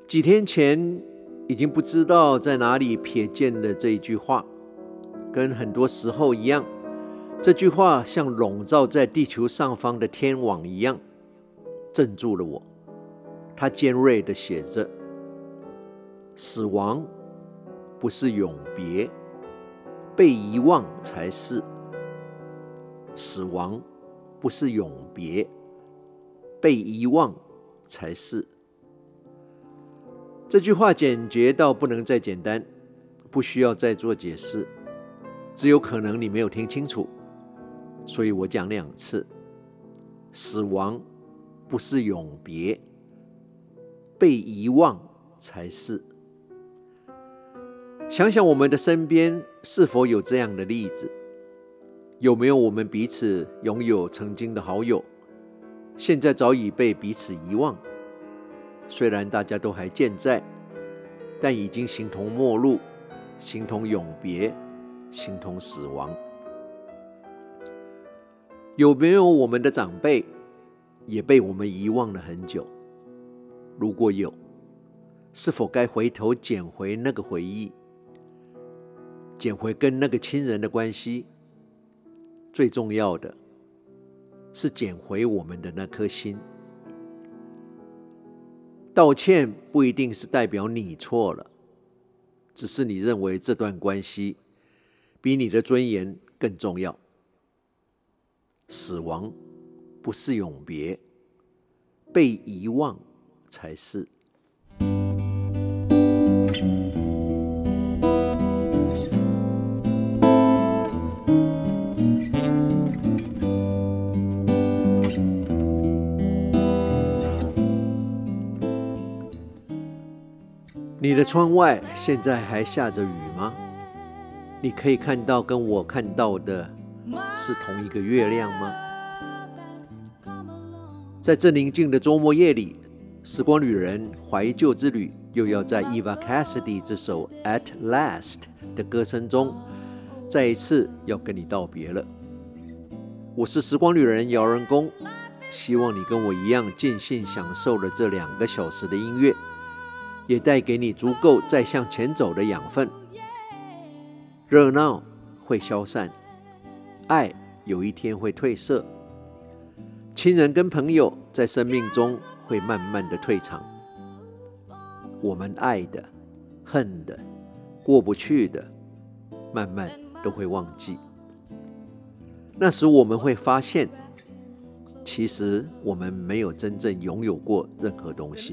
几天前已经不知道在哪里瞥见了这一句话，跟很多时候一样，这句话像笼罩在地球上方的天网一样，镇住了我。它尖锐地写着：死亡不是永别，被遗忘才是。死亡不是永别，被遗忘才是。这句话简洁到不能再简单，不需要再做解释，只有可能你没有听清楚，所以我讲2次。死亡不是永别，被遗忘才是。想想我们的身边是否有这样的例子？有没有我们彼此拥有曾经的好友，现在早已被彼此遗忘？虽然大家都还健在，但已经形同陌路，形同永别，形同死亡。有没有我们的长辈也被我们遗忘了很久？如果有，是否该回头捡回那个回忆，捡回跟那个亲人的关系？最重要的是捡回我们的那颗心。道歉不一定是代表你错了，只是你认为这段关系比你的尊严更重要。死亡不是永别，被遗忘才是。你的窗外现在还下着雨吗？你可以看到跟我看到的是同一个月亮吗？在这宁静的周末夜里，时光旅人怀旧之旅又要在 Eva Cassidy 这首 At Last 的歌声中再一次要跟你道别了。我是时光旅人姚人公，希望你跟我一样尽兴享受了这2个小时的音乐，也带给你足够再向前走的养分。热闹会消散，爱有一天会褪色，亲人跟朋友在生命中会慢慢的退场。我们爱的、恨的、过不去的，慢慢都会忘记。那时我们会发现，其实我们没有真正拥有过任何东西。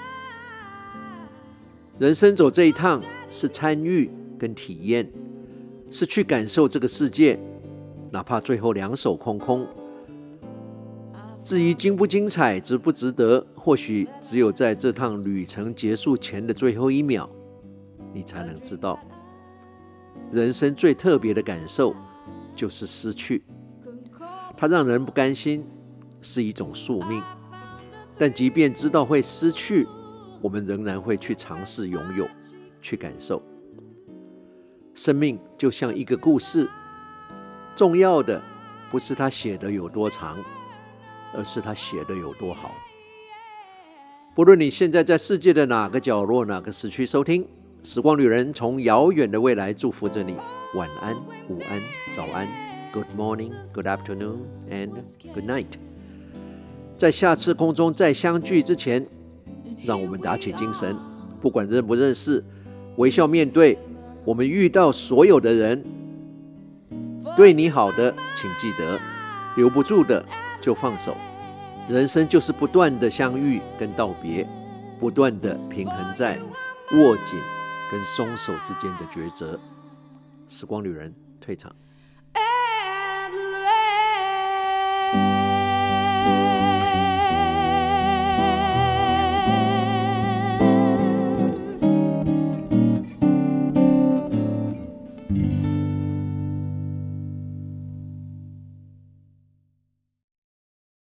人生走这一趟，是参与跟体验，是去感受这个世界，哪怕最后2手空空。至于精不精彩，值不值得，或许只有在这趟旅程结束前的最后1秒，你才能知道。人生最特别的感受就是失去，它让人不甘心，是一种宿命。但即便知道会失去，我们仍然会去尝试拥有，去感受。生命就像一个故事，重要的不是它写的有多长，而是它写的有多好。不论你现在在世界的哪个角落、哪个时区收听，时光旅人从遥远的未来祝福着你。晚安、午安、早安 Good morning, good afternoon and good night。 在下次空中再相聚之前，让我们打起精神，不管认不认识，微笑面对我们遇到所有的人。对你好的请记得，留不住的就放手。人生就是不断的相遇跟道别，不断的平衡在握紧跟松手之间的抉择。时光旅人退场。